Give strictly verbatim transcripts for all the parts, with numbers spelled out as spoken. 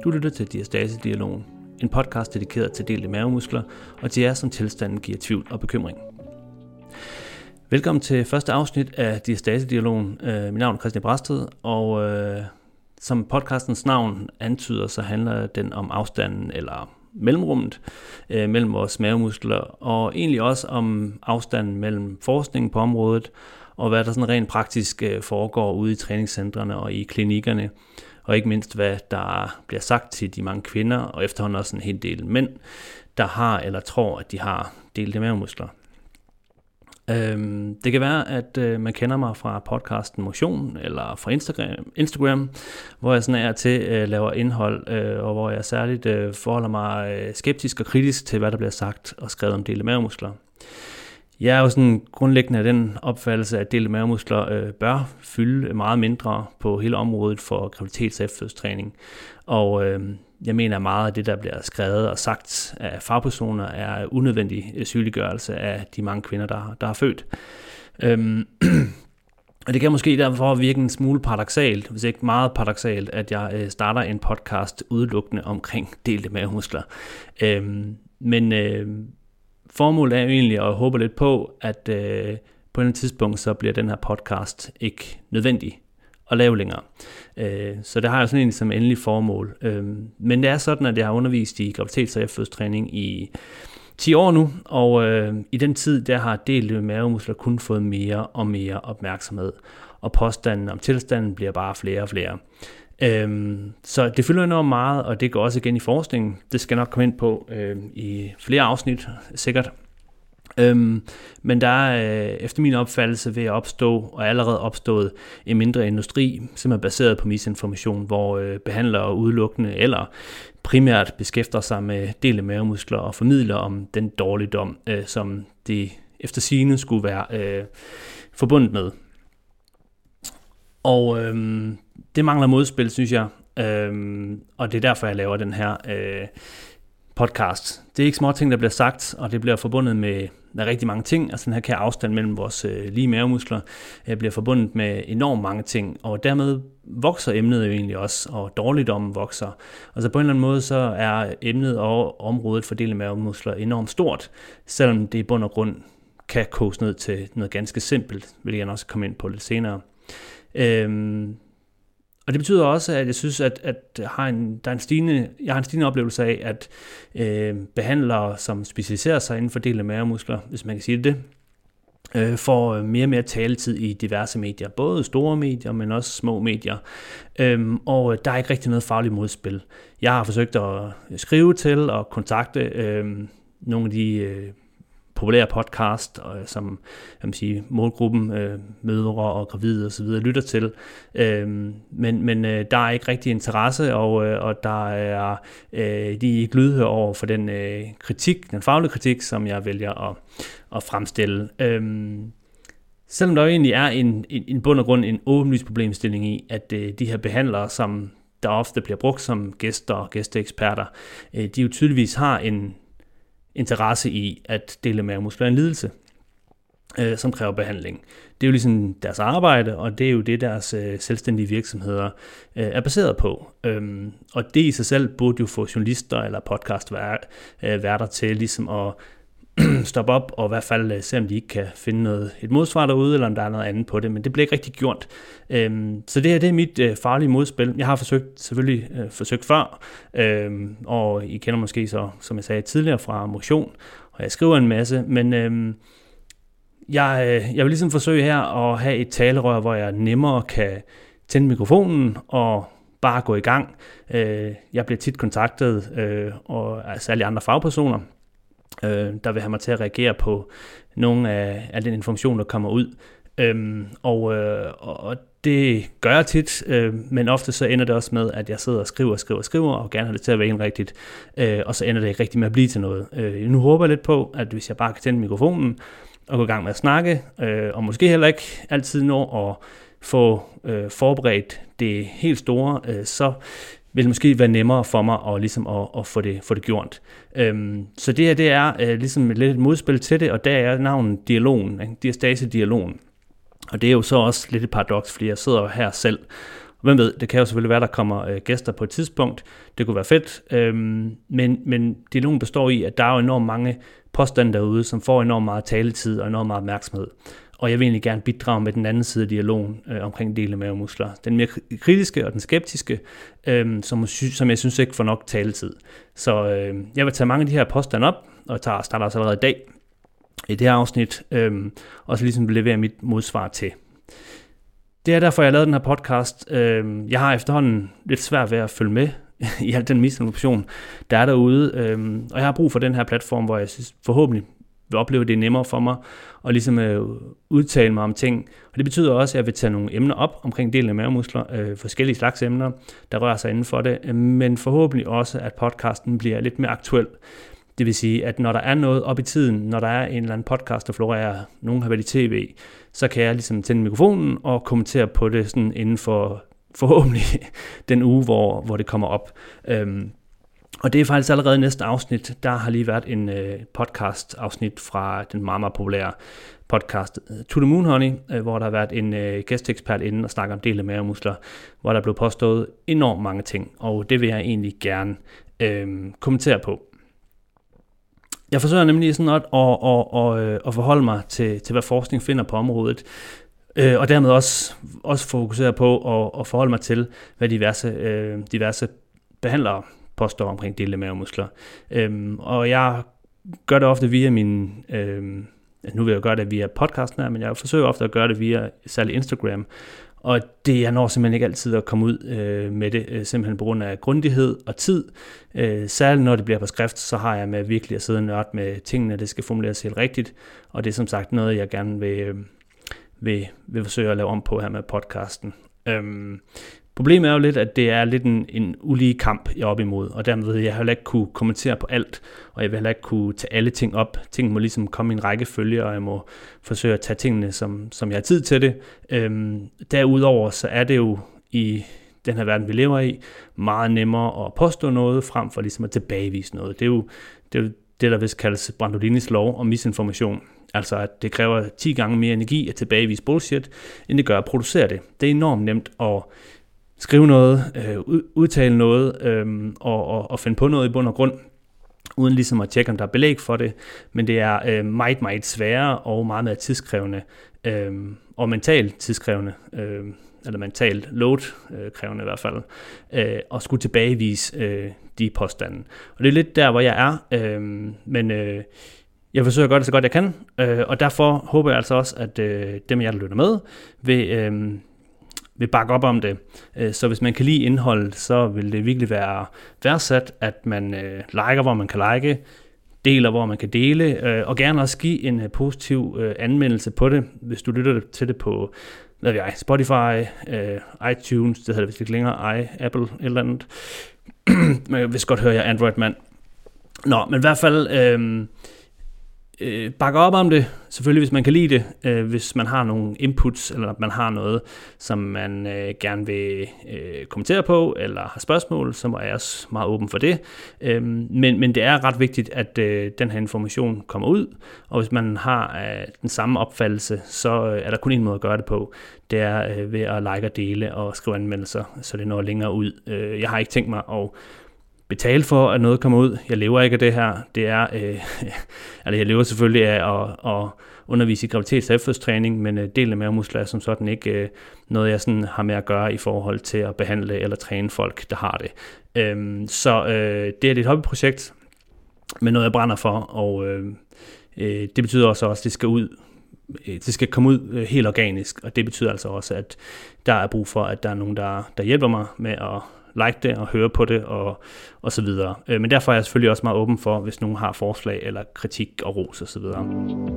Du lytter til Diastase-dialogen, en podcast dedikeret til delte mavemuskler og til jer, som tilstanden giver tvivl og bekymring. Velkommen til første afsnit af Diastase-dialogen. Mit navn er Christian Brasted, og øh, som podcastens navn antyder, så handler den om afstanden eller mellemrummet øh, mellem vores mavemuskler, og egentlig også om afstanden mellem forskningen på området, og hvad der sådan rent praktisk øh, foregår ude i træningscentrene og i klinikkerne, og ikke mindst hvad der bliver sagt til de mange kvinder, og efterhånden også en hel del mænd, der har eller tror, at de har delte mavemuskler. Øhm, det kan være, at øh, man kender mig fra podcasten Motion, eller fra Instagram, Instagram hvor jeg sådan er til øh, laver indhold, øh, og hvor jeg særligt øh, forholder mig øh, skeptisk og kritisk til, hvad der bliver sagt og skrevet om delte mavemuskler. Jeg er jo sådan grundlæggende af den opfattelse, at delte mavemuskler øh, bør fylde meget mindre på hele området for graviditets- og efterfødselstræning. Og øh, jeg mener meget, at det, der bliver skrevet og sagt af fagpersoner, er unødvendig sygeliggørelse af de mange kvinder, der, der har født. Øhm, og det kan måske derfor virke en smule paradoksalt, hvis ikke meget paradoksalt, at jeg øh, starter en podcast udelukkende omkring delte mavemuskler. Øhm, men øh, formålet er jo egentlig, og jeg håber lidt på, at øh, på et tidspunkt, så bliver den her podcast ikke nødvendig at lave længere. Øh, så det har jeg sådan egentlig som endelig formål. Øh, men det er sådan, at jeg har undervist i graviditets- og efterfødselstræning i ti år nu, og øh, i den tid, der har delte mavemuskler kun fået mere og mere opmærksomhed, og påstanden om tilstanden bliver bare flere og flere. Øhm, så det fylder enormt meget, og det går også igen i forskningen. Det skal jeg nok komme ind på øh, i flere afsnit, sikkert. Øhm, men der er øh, efter min opfattelse ved at opstå, og allerede opstået, en mindre industri, som er baseret på misinformation, hvor øh, behandlere udelukkende eller primært beskæftiger sig med delte mavemuskler og formidler om den dårligdom, øh, som det efter sigende skulle være øh, forbundet med. Og øhm, det mangler modspil, synes jeg, øhm, og det er derfor, jeg laver den her øh, podcast. Det er ikke små ting, der bliver sagt, og det bliver forbundet med, med rigtig mange ting. Altså den her kære afstand mellem vores øh, lige mavemuskler øh, bliver forbundet med enormt mange ting, og dermed vokser emnet jo egentlig også, og dårligdommen vokser. Altså på en eller anden måde, så er emnet og området for delte mavemuskler enormt stort, selvom det i bund og grund kan koges ned til noget ganske simpelt, vil jeg også komme ind på lidt senere. Øhm, og det betyder også, at jeg synes, at, at har en, der er en stigende, jeg har en stigende oplevelse af, at øh, behandlere, som specialiserer sig inden for delte mavemuskler, hvis man kan sige det, øh, får mere og mere taletid i diverse medier, både store medier, men også små medier, øhm, og der er ikke rigtig noget fagligt modspil. Jeg har forsøgt at skrive til og kontakte øh, nogle af de øh, populære podcast, som kan man sige, målgruppen øh, mødre og gravide og så videre lytter til. Øhm, men men øh, der er ikke rigtig interesse, og, øh, og der er øh, de er ikke lydhøre over for den øh, kritik, den faglige kritik, som jeg vælger at, at fremstille. Øhm, selvom der jo egentlig er en, en, en bund og grund en åbenlys problemstilling i, at øh, de her behandlere, som der ofte bliver brugt som gæster og gæsteeksperter, øh, de jo tydeligvis har en interesse i, at delte mavemuskler er en lidelse, øh, som kræver behandling. Det er jo ligesom deres arbejde, og det er jo det, deres øh, selvstændige virksomheder øh, er baseret på. Øhm, og det i sig selv burde jo få journalister eller podcastværter til ligesom at stoppe op og i hvert fald se, om de ikke kan finde noget, et modsvar derude, eller om der er noget andet på det, men det bliver ikke rigtig gjort. Øhm, så det her, det er mit øh, faglige modspil. Jeg har forsøgt, selvfølgelig øh, forsøgt før, øhm, og I kender måske så, som jeg sagde tidligere, fra Motion, og jeg skriver en masse, men øhm, jeg, øh, jeg vil ligesom forsøge her at have et talerør, hvor jeg nemmere kan tænde mikrofonen og bare gå i gang. Øh, jeg bliver tit kontaktet, øh, og af særligt andre fagpersoner, Øh, der vil have mig til at reagere på nogle af al den information, der kommer ud. Øhm, og, øh, og det gør jeg tit, øh, men ofte så ender det også med, at jeg sidder og skriver og skriver og skriver, og gerne har det til at være en rigtigt, øh, og så ender det ikke rigtig med at blive til noget. Øh, nu håber jeg lidt på, at hvis jeg bare kan tænde mikrofonen og gå i gang med at snakke, øh, og måske heller ikke altid nå at få øh, forberedt det helt store, øh, så vil det måske være nemmere for mig at, ligesom at, at få, det, få det gjort. Øhm, så det her, det er øh, ligesom lidt et modspil til det, og der er navnet dialogen, Diastase-dialogen. Og det er jo så også lidt et paradoks, fordi jeg sidder her selv hvem ved, det kan jo selvfølgelig være, der kommer øh, gæster på et tidspunkt. Det kunne være fedt. Øhm, men, men dialogen består i, at der er jo enormt mange påstande derude, som får enormt meget taletid og enormt meget opmærksomhed. Og jeg vil egentlig gerne bidrage med den anden side af dialogen øh, omkring dele mavemuskler. Den mere kritiske og den skeptiske, øh, som, som jeg synes ikke får nok taletid. Så øh, jeg vil tage mange af de her påstande op, og jeg tager, starter også allerede i dag i det her afsnit, øh, og så ligesom levere mit modsvar til. Det er derfor, jeg har lavet den her podcast. Øh, jeg har efterhånden lidt svært ved at følge med i al den misinformation, der er derude, øh, og jeg har brug for den her platform, hvor jeg synes, forhåbentlig vil opleve, det er nemmere for mig at ligesom øh, udtale mig om ting. Og det betyder også, at jeg vil tage nogle emner op omkring delen af mavemuskler, øh, forskellige slags emner, der rører sig inden for det, men forhåbentlig også, at podcasten bliver lidt mere aktuel. Det vil sige, at når der er noget op i tiden, når der er en eller anden podcast, der florerer, nogen har været i tv, så kan jeg ligesom tænde mikrofonen og kommentere på det sådan inden for forhåbentlig den uge, hvor, hvor det kommer op. Øhm, Og det er faktisk allerede næste afsnit. Der har lige været en øh, podcast-afsnit fra den meget, meget populære podcast To The Moon Honey, øh, hvor der har været en øh, gæsteekspert inde og snakke om dele af mavemuskler, hvor der blev påstået enormt mange ting, og det vil jeg egentlig gerne øh, kommentere på. Jeg forsøger nemlig sådan at, at, at, at, at forholde mig til, til, hvad forskning finder på området, øh, og dermed også, også fokusere på at, at forholde mig til, hvad diverse, øh, diverse behandlere påstår omkring dele af mavemuskler. Øhm, og jeg gør det ofte via min, øhm, nu vil jeg gøre det via podcasten her, men jeg forsøger ofte at gøre det via særligt Instagram. Og det, jeg når simpelthen ikke altid at komme ud øh, med det, øh, simpelthen på grund af grundighed og tid. Øh, særligt når det bliver på skrift, så har jeg med virkelig at sidde og nørde med tingene, det skal formuleres helt rigtigt. Og det er som sagt noget, jeg gerne vil, øh, vil, vil forsøge at lave om på her med podcasten. Øhm, Problemet er jo lidt, at det er lidt en, en ulige kamp, jeg er op imod, og dermed vil jeg heller ikke kunne kommentere på alt, og jeg vil heller ikke kunne tage alle ting op. Ting må ligesom komme i en rækkefølge, og jeg må forsøge at tage tingene, som, som jeg har tid til det. Øhm, derudover så er det jo i den her verden, vi lever i, meget nemmere at påstå noget, frem for ligesom at tilbagevise noget. Det er jo det, er jo det der vist kaldes Brandolinis lov om misinformation. Altså at det kræver ti gange mere energi at tilbagevise bullshit, end det gør at producere det. Det er enormt nemt at skrive noget, øh, udtale noget øh, og, og, og finde på noget i bund og grund, uden ligesom at tjekke, om der er belæg for det. Men det er øh, meget, meget sværere og meget mere tidskrævende øh, og mentalt tidskrævende, øh, eller mentalt load-krævende i hvert fald, øh, at skulle tilbagevise øh, de påstande. Og det er lidt der, hvor jeg er, øh, men øh, jeg forsøger at gøre det så godt jeg kan, øh, og derfor håber jeg altså også, at øh, dem af jer, der lytter med, vil øh, vil bakke op om det. Så hvis man kan lide indholdet, så vil det virkelig være værdsat, at man øh, liker, hvor man kan like, deler, hvor man kan dele, øh, og gerne også give en positiv øh, anmeldelse på det, hvis du lytter til det på hvad ved jeg, Spotify, øh, iTunes, det hedder det vist ikke længere, i, Apple, et eller andet. Men hvis godt hører jeg Android-mand. Nå, men i hvert fald øh, øh, bakker op om det, selvfølgelig hvis man kan lide det, øh, hvis man har nogle inputs, eller man har noget, som man øh, gerne vil øh, kommentere på, eller har spørgsmål, så er jeg også meget åben for det. Øh, men, men det er ret vigtigt, at øh, den her information kommer ud, og hvis man har øh, den samme opfattelse, så øh, er der kun en måde at gøre det på. Det er øh, ved at like og dele og skrive anmeldelser, så det når længere ud. Øh, jeg har ikke tænkt mig at betale for, at noget kommer ud. Jeg lever ikke af det her. Det er, øh, altså jeg lever selvfølgelig af at, at undervise i gravitets- og eftertræning, men øh, delen af mavemuskler er som sådan ikke øh, noget, jeg sådan har med at gøre i forhold til at behandle eller træne folk, der har det. Øhm, så øh, det er et hobbyprojekt, men noget, jeg brænder for, og øh, øh, det betyder også, at det skal ud det skal komme ud helt organisk, og det betyder altså også, at der er brug for, at der er nogen, der, der hjælper mig med at like det og høre på det og, og så videre. Men derfor er jeg selvfølgelig også meget åben for, hvis nogen har forslag eller kritik og ros og så videre.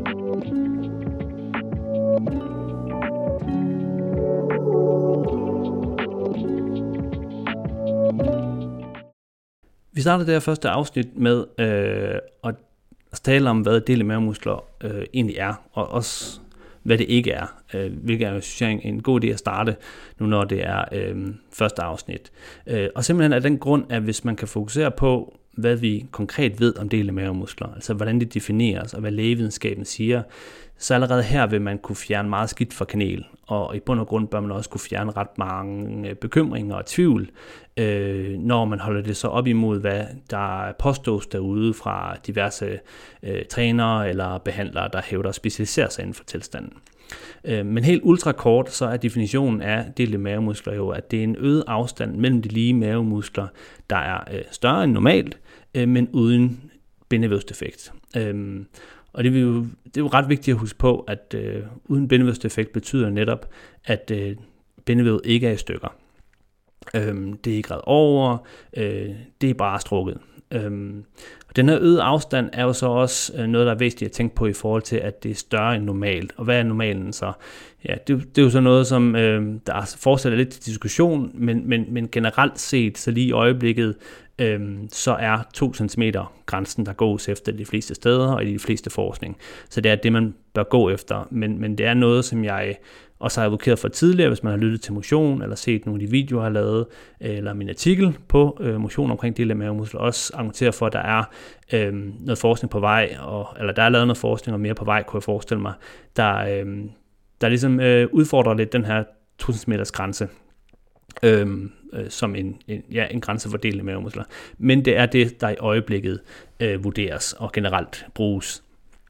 Vi starter det her første afsnit med øh, at tale om, hvad del af mavemuskler øh, egentlig er, og også hvad det ikke er, øh, hvilket er synes jeg, en god idé at starte nu, når det er øh, første afsnit. Øh, og simpelthen af den grund, at hvis man kan fokusere på, hvad vi konkret ved om del af mavemuskler, altså hvordan det defineres, og hvad lægevidenskaben siger, så allerede her vil man kunne fjerne meget skidt fra kanel, og i bund og grund bør man også kunne fjerne ret mange bekymringer og tvivl, øh, når man holder det så op imod, hvad der påstås derude fra diverse øh, trænere eller behandlere, der hævder at specialisere sig inden for tilstanden. Øh, men helt ultrakort, så er definitionen af delte mavemuskler jo, at det er en øget afstand mellem de lige mavemuskler, der er øh, større end normalt, øh, men uden bindevævsdefekt. Øh, Og det er, jo, det er jo ret vigtigt at huske på, at øh, uden bindevævsdefekt betyder netop, at øh, bindevævet ikke er i stykker. Øhm, det er ikke ret over, øh, det er bare strukket. Øhm, og den her øgede afstand er jo så også øh, noget, der er væsentligt at tænke på i forhold til, at det er større end normalt. Og hvad er normalen så? Ja, det, det er jo så noget, som øh, der fortsætter lidt til diskussion, men, men, men generelt set, så lige i øjeblikket, Øhm, så er to centimeter grænsen, der gås efter de fleste steder og i de fleste forskning. Så det er det, man bør gå efter. Men, men det er noget, som jeg også har advokeret for tidligere, hvis man har lyttet til motion, eller set nogle af de videoer, jeg har lavet, eller min artikel på øh, motion omkring delte mavemuskler, også argumenterer for, at der er øh, noget forskning på vej, og, eller der er lavet noget forskning, og mere på vej, kunne jeg forestille mig, der, øh, der ligesom øh, udfordrer lidt den her to centimeters grænse. Øhm, øh, som en, en, ja, en grænse for delte mavemuskler. Men det er det, der i øjeblikket øh, vurderes og generelt bruges.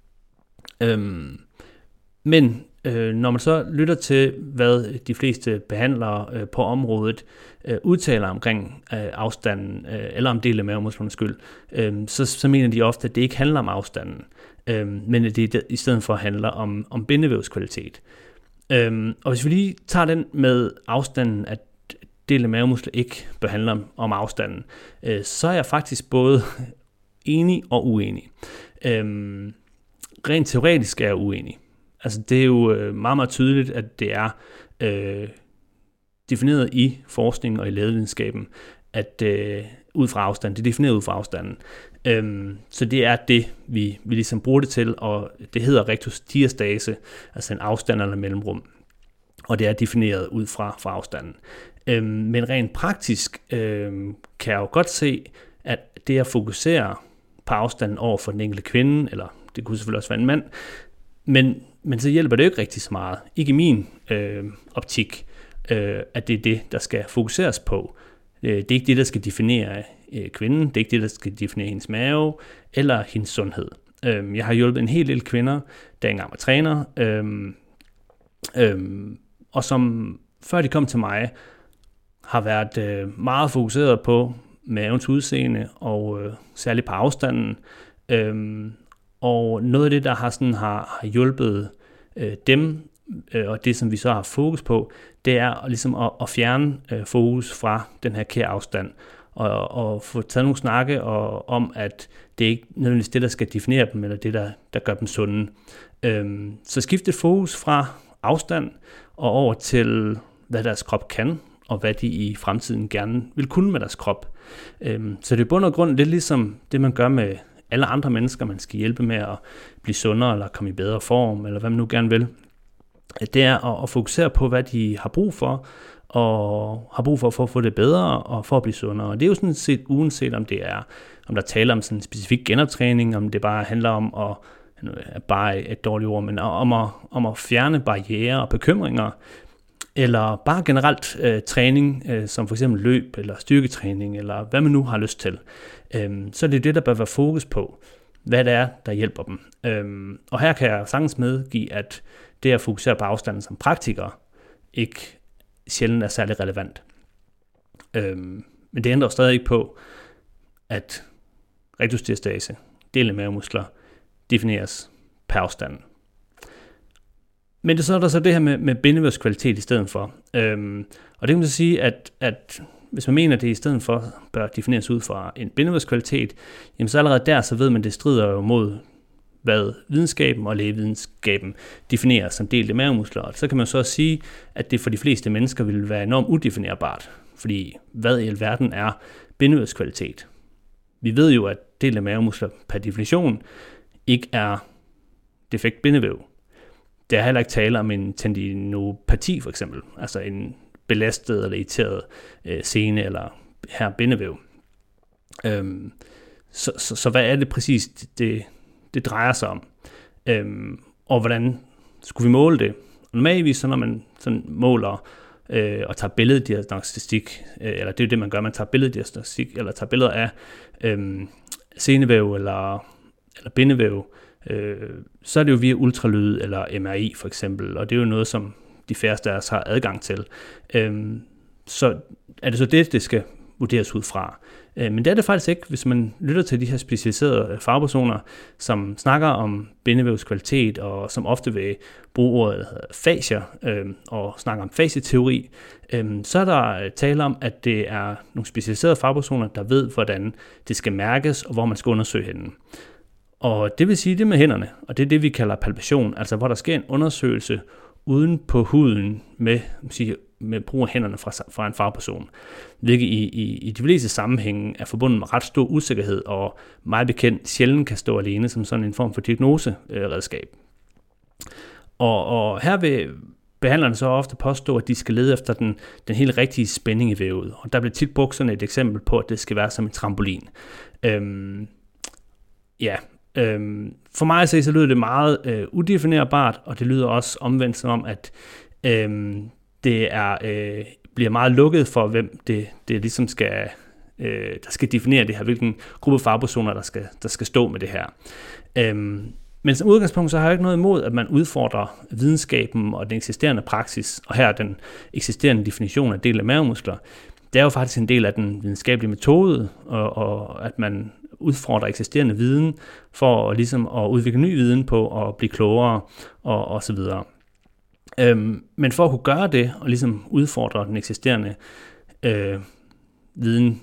Øhm, men øh, når man så lytter til, hvad de fleste behandlere øh, på området øh, udtaler omkring øh, afstanden, øh, eller om delte mavemusklernes skyld, øh, så, så mener de ofte, at det ikke handler om afstanden, øh, men at det i stedet for handler om, om bindevævskvalitet. Øh, og hvis vi lige tager den med afstanden, at delte mavemuskler ikke bør handle om, om afstanden, øh, så er jeg faktisk både enig og uenig. Øhm, rent teoretisk er jeg uenig. Altså det er jo øh, meget, meget tydeligt, at det er øh, defineret i forskning og i lægevidenskaben, at øh, ud fra afstand, det er defineret ud fra afstanden. Øhm, så det er det, vi, vi ligesom bruger det til, og det hedder rectus diastase, altså en afstand eller mellemrum. Og det er defineret ud fra, fra afstanden. Øhm, men rent praktisk øhm, kan jeg jo godt se, at det at fokusere på afstanden over for den enkelte kvinde, eller det kunne selvfølgelig også være en mand, men, men så hjælper det jo ikke rigtig så meget. Ikke i min øh, optik, øh, at det er det, der skal fokuseres på. Øh, det er ikke det, der skal definere øh, kvinden, det er ikke det, der skal definere hendes mave eller hendes sundhed. Øh, jeg har hjulpet en hel del kvinder, der engang var træner, øh, øh, og som før de kom til mig, har været øh, meget fokuseret på mavens udseende og øh, særligt på afstanden. Øhm, og noget af det, der har, sådan, har, har hjulpet øh, dem, øh, og det som vi så har fokus på, det er ligesom at, at fjerne øh, fokus fra den her kære afstand, og, og få taget nogle snakke og, om, at det ikke nødvendigvis det, der skal definere dem, eller det, der, der gør dem sunde. Øhm, så skifte fokus fra afstand og over til, hvad deres krop kan, og hvad de i fremtiden gerne vil kunne med deres krop. Øhm, så det er i bund og grund lidt ligesom det, man gør med alle andre mennesker, man skal hjælpe med at blive sundere, eller komme i bedre form, eller hvad man nu gerne vil. Det er at, at fokusere på, hvad de har brug for, og har brug for, for at få det bedre, og for at blive sundere. Og det er jo sådan set uanset, om det er, om der taler om sådan en specifik genoptræning, om det bare handler om at, bare et dårligt ord, men om at, om at fjerne barrierer og bekymringer, eller bare generelt øh, træning, øh, som for eksempel løb, eller styrketræning, eller hvad man nu har lyst til. Øhm, så er det det, der bør være fokus på, hvad det er, der hjælper dem. Øhm, og her kan jeg sagtens medgive, at det at fokusere på afstanden som praktiker, ikke sjældent er særlig relevant. Øhm, men det ændrer jo stadig ikke på, at rectus diastase, delte mavemuskler, defineres per afstanden. Men det, så er der så det her med, med bindevævskvalitet i stedet for. Øhm, og det kan man så sige, at, at hvis man mener, at det i stedet for bør defineres ud fra en bindevævskvalitet, jamen så allerede der, så ved man, at det strider jo mod, hvad videnskaben og lægevidenskaben definerer som delte mavemuskler. Og så kan man så også sige, at det for de fleste mennesker vil være enormt udefinerbart. Fordi hvad i alverden er bindevævskvalitet? Vi ved jo, at delte mavemuskler per definition ikke er defekt bindevæv. Det er heller ikke tale om en tendinopati for eksempel, altså en belastet eller irriteret øh, sene eller her bindevæv. Øhm, så, så, så hvad er det præcis, det, det drejer sig om? Øhm, og hvordan skulle vi måle det? Normalvis, så når man sådan måler øh, og tager billeddiagnostik, øh, eller det er jo det, man gør, man tager billeddiagnostik, eller tager billeder af øh, senevæv eller, eller bindevæv, øh, så er det jo via ultralyd eller M R I for eksempel, og det er jo noget, som de færreste af os har adgang til. Øh, så er det så det, det skal vurderes ud fra. Men det er det faktisk ikke, hvis man lytter til de her specialiserede fagpersoner, som snakker om bindevævskvalitet, og som ofte vil bruge ordet fascier, øh, og snakker om fascieteori, øh, så er der tale om, at det er nogle specialiserede fagpersoner, der ved, hvordan det skal mærkes, og hvor man skal undersøge henne. Og det vil sige det med hænderne, og det er det, vi kalder palpation, altså hvor der sker en undersøgelse uden på huden med, sige, med brug af hænderne fra, fra en fagperson, hvilket i, i, i de fleste sammenhænge er forbundet med ret stor usikkerhed, og meget bekendt sjældent kan stå alene som sådan en form for diagnoseredskab. Og, og her vil behandlerne så ofte påstå, at de skal lede efter den, den helt rigtige spænding i vævet, og der bliver tit brugt sådan et eksempel på, at det skal være som en trampolin. Øhm, ja, øhm, for mig at se, så lyder det meget øh, udefinerbart, og det lyder også omvendt som om, at øhm, det er, øh, bliver meget lukket for, hvem det, det ligesom skal, øh, der skal definere det her, hvilken gruppe fagpersoner, der skal, der skal stå med det her. Øhm, men som udgangspunkt, så har jeg ikke noget imod, at man udfordrer videnskaben og den eksisterende praksis, og her den eksisterende definition af del af mavemuskler. Det er jo faktisk en del af den videnskabelige metode, og, og at man udfordrer eksisterende viden for ligesom at udvikle ny viden på og blive klogere og, og så videre. Øhm, men for at kunne gøre det, og ligesom udfordre den eksisterende øh, viden,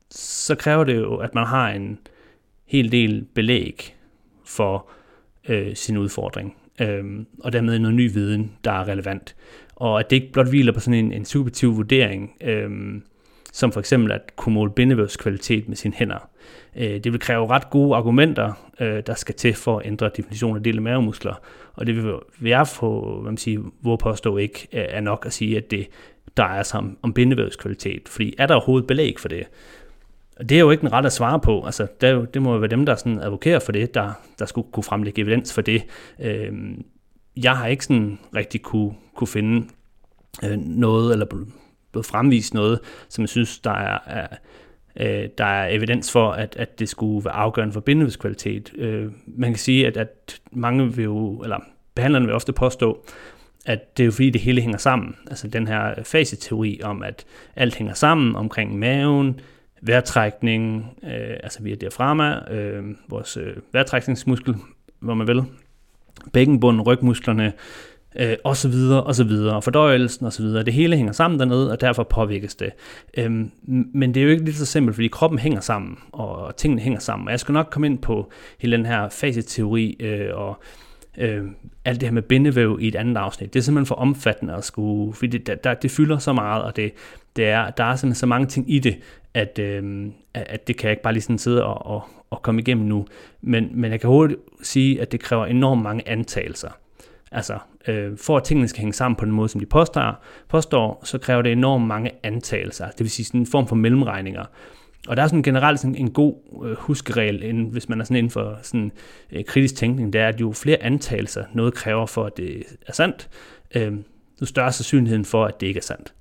så kræver det jo, at man har en hel del belæg for øh, sin udfordring, øhm, og dermed noget ny viden, der er relevant. Og at det ikke blot hviler på sådan en, en subjektiv vurdering, øhm, som for eksempel at kunne måle bindevævskvalitet med sine hænder. Øh, det vil kræve ret gode argumenter, øh, der skal til for at ændre definitionen af del af mavemuskler, og det vil, vil jeg få, hvad man siger, hvor påstå ikke er nok at sige, at det drejer sig om, om bindevævskvalitet, fordi er der overhovedet belæg for det? Det er jo ikke den rette at svare på, altså det, er jo, det må jo være dem, der sådan advokerer for det, der, der skulle kunne fremlægge evidens for det. Øh, jeg har ikke sådan rigtig kunne, kunne finde øh, noget, eller blevet fremvist noget, som jeg synes, der er, er, øh, der er evidens for, at, at det skulle være afgørende for bindevævskvalitet. Øh, man kan sige, at, at mange vil jo, eller behandlerne vil ofte påstå, at det er jo fordi, det hele hænger sammen. Altså den her fascieteori om, at alt hænger sammen omkring maven, vejrtrækning, øh, altså via diafragma, øh, vores øh, vejrtrækningsmuskel, hvor man vil, bækkenbunden, rygmusklerne, øh, og så videre, og så videre, og fordøjelsen, og så videre. Det hele hænger sammen dernede, og derfor påvirkes det. Øhm, men det er jo ikke lige så simpelt, fordi kroppen hænger sammen, og tingene hænger sammen. Og jeg skal nok komme ind på hele den her fascieteori, øh, og øh, alt det her med bindevæv i et andet afsnit. Det er simpelthen for omfattende at skulle, fordi det, der, det fylder så meget, og det, det er, der er simpelthen så mange ting i det, at, øh, at det kan jeg ikke bare lige sådan sidde og, og, og komme igennem nu. Men, men jeg kan hurtigt sige, at det kræver enormt mange antagelser. Altså, øh, for at tingene skal hænge sammen på den måde, som de påstår, påstår, så kræver det enormt mange antagelser. Det vil sige sådan en form for mellemregninger. Og der er sådan generelt sådan en god øh, huskeregel, inden, hvis man er sådan inden for sådan øh, kritisk tænkning, det er, at jo flere antagelser noget kræver for, at det er sandt, øh, jo større sandsynligheden for, at det ikke er sandt.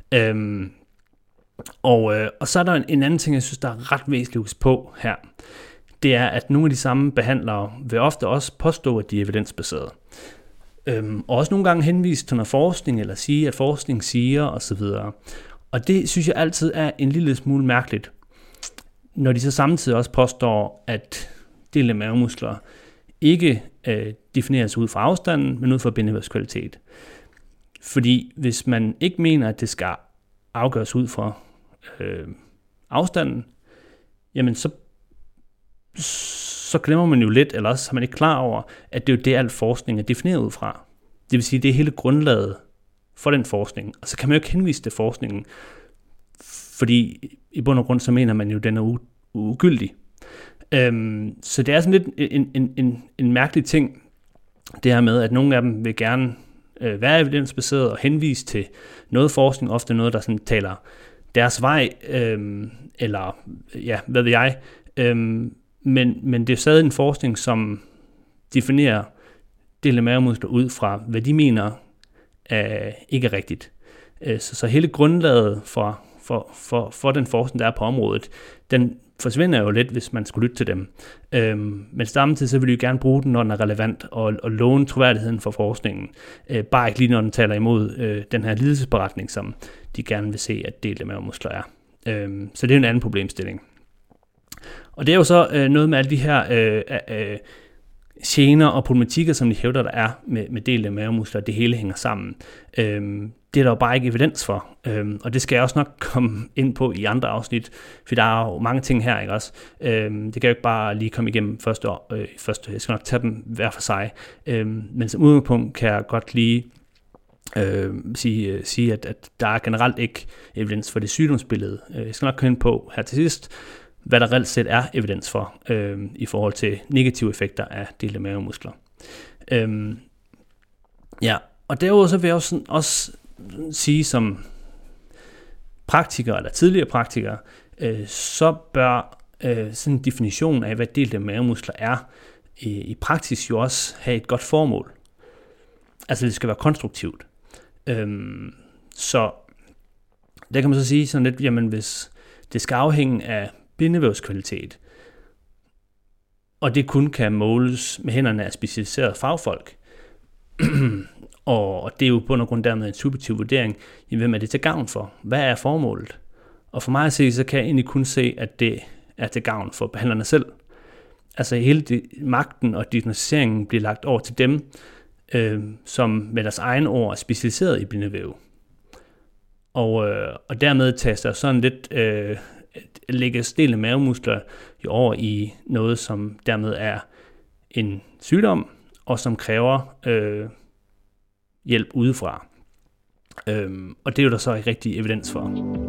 Øh, og, øh, og så er der en, en anden ting, jeg synes, der er ret væsentligt at huske på her. Det er, at nogle af de samme behandlere vil ofte også påstå, at de er evidensbaserede. Øhm, og også nogle gange henvise til noget forskning, eller sige, at forskning siger, osv. Og det synes jeg altid er en lille smule mærkeligt, når de så samtidig også påstår, at del af mavemuskler ikke øh, defineres ud fra afstanden, men ud fra bindevævskvalitet. Fordi hvis man ikke mener, at det skal afgøres ud fra øh, afstanden, jamen så så glemmer man jo lidt, eller også er man ikke klar over, at det er jo det, al forskning er defineret ud fra. Det vil sige, det er hele grundlaget for den forskning. Og så kan man jo ikke henvise til forskningen, fordi i bund og grund, så mener man jo, at den er u- ugyldig. Øhm, så det er sådan lidt en, en, en, en mærkelig ting, det her med, at nogle af dem vil gerne øh, være evidensbaseret og henvise til noget forskning, ofte noget, der sådan taler deres vej, øh, eller ja, hvad ved jeg, øh, Men, men det er stadig en forskning, som definerer delte mavemuskler ud fra, hvad de mener er ikke er rigtigt. Så, så hele grundlaget for, for, for, for den forskning, der er på området, den forsvinder jo lidt, hvis man skulle lytte til dem. Øhm, men samtidig så vil de jo gerne bruge den, når den er relevant, og, og låne troværdigheden for forskningen. Øh, bare ikke lige, når den taler imod øh, den her lidelsesberetning, som de gerne vil se, at delte mavemuskler er. Øhm, så det er en anden problemstilling. Og det er jo så øh, noget med alle de her øh, øh, gener og problematikker, som de hævder, der er med, med delte mavemuskler, det hele hænger sammen. Øhm, det er der jo bare ikke evidens for, øhm, og det skal jeg også nok komme ind på i andre afsnit, for der er jo mange ting her, ikke også? Øhm, det kan jo ikke bare lige komme igennem første år, øh, første, jeg skal nok tage dem hver for sig, øhm, men som udgangspunkt kan jeg godt lige øh, sige, øh, sige at, at der er generelt ikke evidens for det sygdomsbillede. Jeg skal nok komme ind på her til sidst, hvad der reelt set er evidens for øh, i forhold til negative effekter af delte mavemuskler. Øhm, ja, og derudover så vil jeg også, også sige som praktiker eller tidligere praktiker, øh, så bør øh, sådan en definition af, hvad delte mavemuskler er, i, i praksis jo også have et godt formål. Altså det skal være konstruktivt. Øhm, så der kan man så sige sådan lidt, jamen hvis det skal afhænge af bindevævskvalitet, og det kun kan måles med hænderne af specialiserede fagfolk, og det er jo på grund dermed en subjektiv vurdering, jamen, hvem er det til gavn for? Hvad er formålet? Og for mig at se, så kan jeg egentlig kun se, at det er til gavn for behandlerne selv. Altså hele det, magten og diagnosticeringen bliver lagt over til dem, øh, som med deres egen ord er specialiseret i bindevæv. Og, øh, og dermed tages der sådan lidt, øh, lægges delte mavemuskler jo over i noget, som dermed er en sygdom, og som kræver øh, hjælp udefra. Øhm, og det er jo der så ikke rigtig evidens for.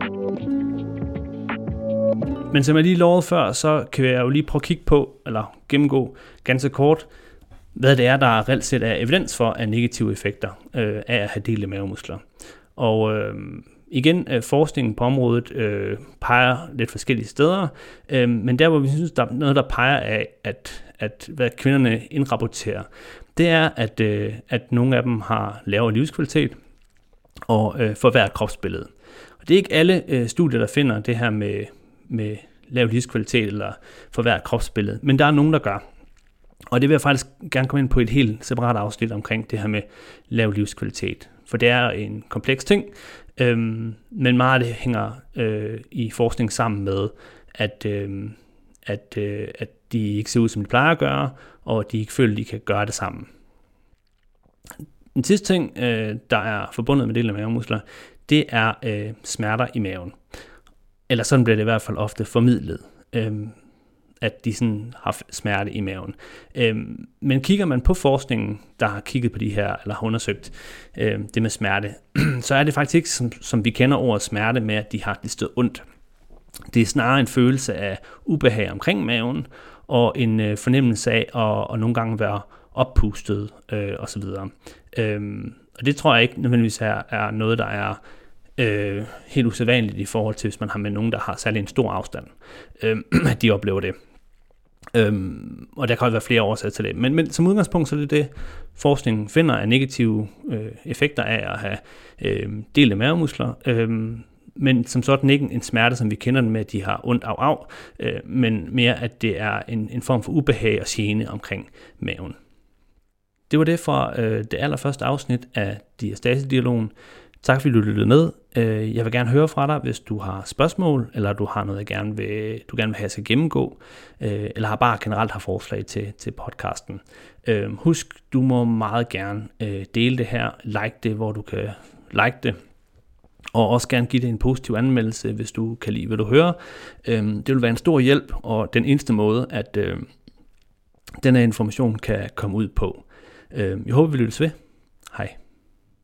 Men som jeg lige lovede før, så kan jeg jo lige prøve at kigge på, eller gennemgå ganske kort, hvad det er, der reelt set er evidens for af negative effekter øh, af at have delte mavemuskler. Og øh, igen, øh, forskningen på området øh, peger lidt forskellige steder, øh, men der hvor vi synes, der er noget, der peger af, at, at hvad kvinderne indrapporterer, det er, at, øh, at nogle af dem har lavere livskvalitet og øh, forværret kropsbillede. Og det er ikke alle øh, studier, der finder det her med, med lav livskvalitet eller forværret kropsbillede, men der er nogen, der gør. Og det vil jeg faktisk gerne komme ind på et helt separat afsnit omkring det her med lav livskvalitet. For det er en kompleks ting, øhm, men meget af det hænger øh, i forskning sammen med, at, øh, at, øh, at de ikke ser ud, som de plejer at gøre, og at de ikke føler, at de kan gøre det sammen. Den sidste ting, øh, der er forbundet med delte mavemuskler, det er øh, smerter i maven. Eller sådan bliver det i hvert fald ofte formidlet, øh, at de sådan har smerte i maven. Øh, men kigger man på forskningen, der har kigget på de her, eller har undersøgt øh, det med smerte, så er det faktisk ikke, som, som vi kender ordet smerte, med at de har det sted ondt. Det er snarere en følelse af ubehag omkring maven, og en øh, fornemmelse af at, at nogle gange være oppustet øh, osv. Øhm, og det tror jeg ikke nødvendigvis er, er noget, der er øh, helt usædvanligt i forhold til, hvis man har med nogen, der har særlig en stor afstand, øh, at de oplever det. Øhm, og der kan også være flere årsager til det. Men, men som udgangspunkt, så er det det, forskningen finder af negative øh, effekter af at have øh, delte mavemuskler, øh, men som sådan ikke en smerte, som vi kender den med, at de har ondt af af, øh, men mere, at det er en, en form for ubehag og gene omkring maven. Det var det fra øh, det allerførste afsnit af Diastase-dialogen. Tak fordi du lyttede med. Jeg vil gerne høre fra dig, hvis du har spørgsmål, eller du har noget, jeg gerne vil, du gerne vil have, jeg skal gennemgå, eller har bare generelt har forslag til, til podcasten. Husk, du må meget gerne dele det her, like det, hvor du kan like det, og også gerne give det en positiv anmeldelse, hvis du kan lide, hvad du hører. Det vil være en stor hjælp, og den eneste måde, at denne information kan komme ud på. Jeg håber, vi lyttes ved. Hej.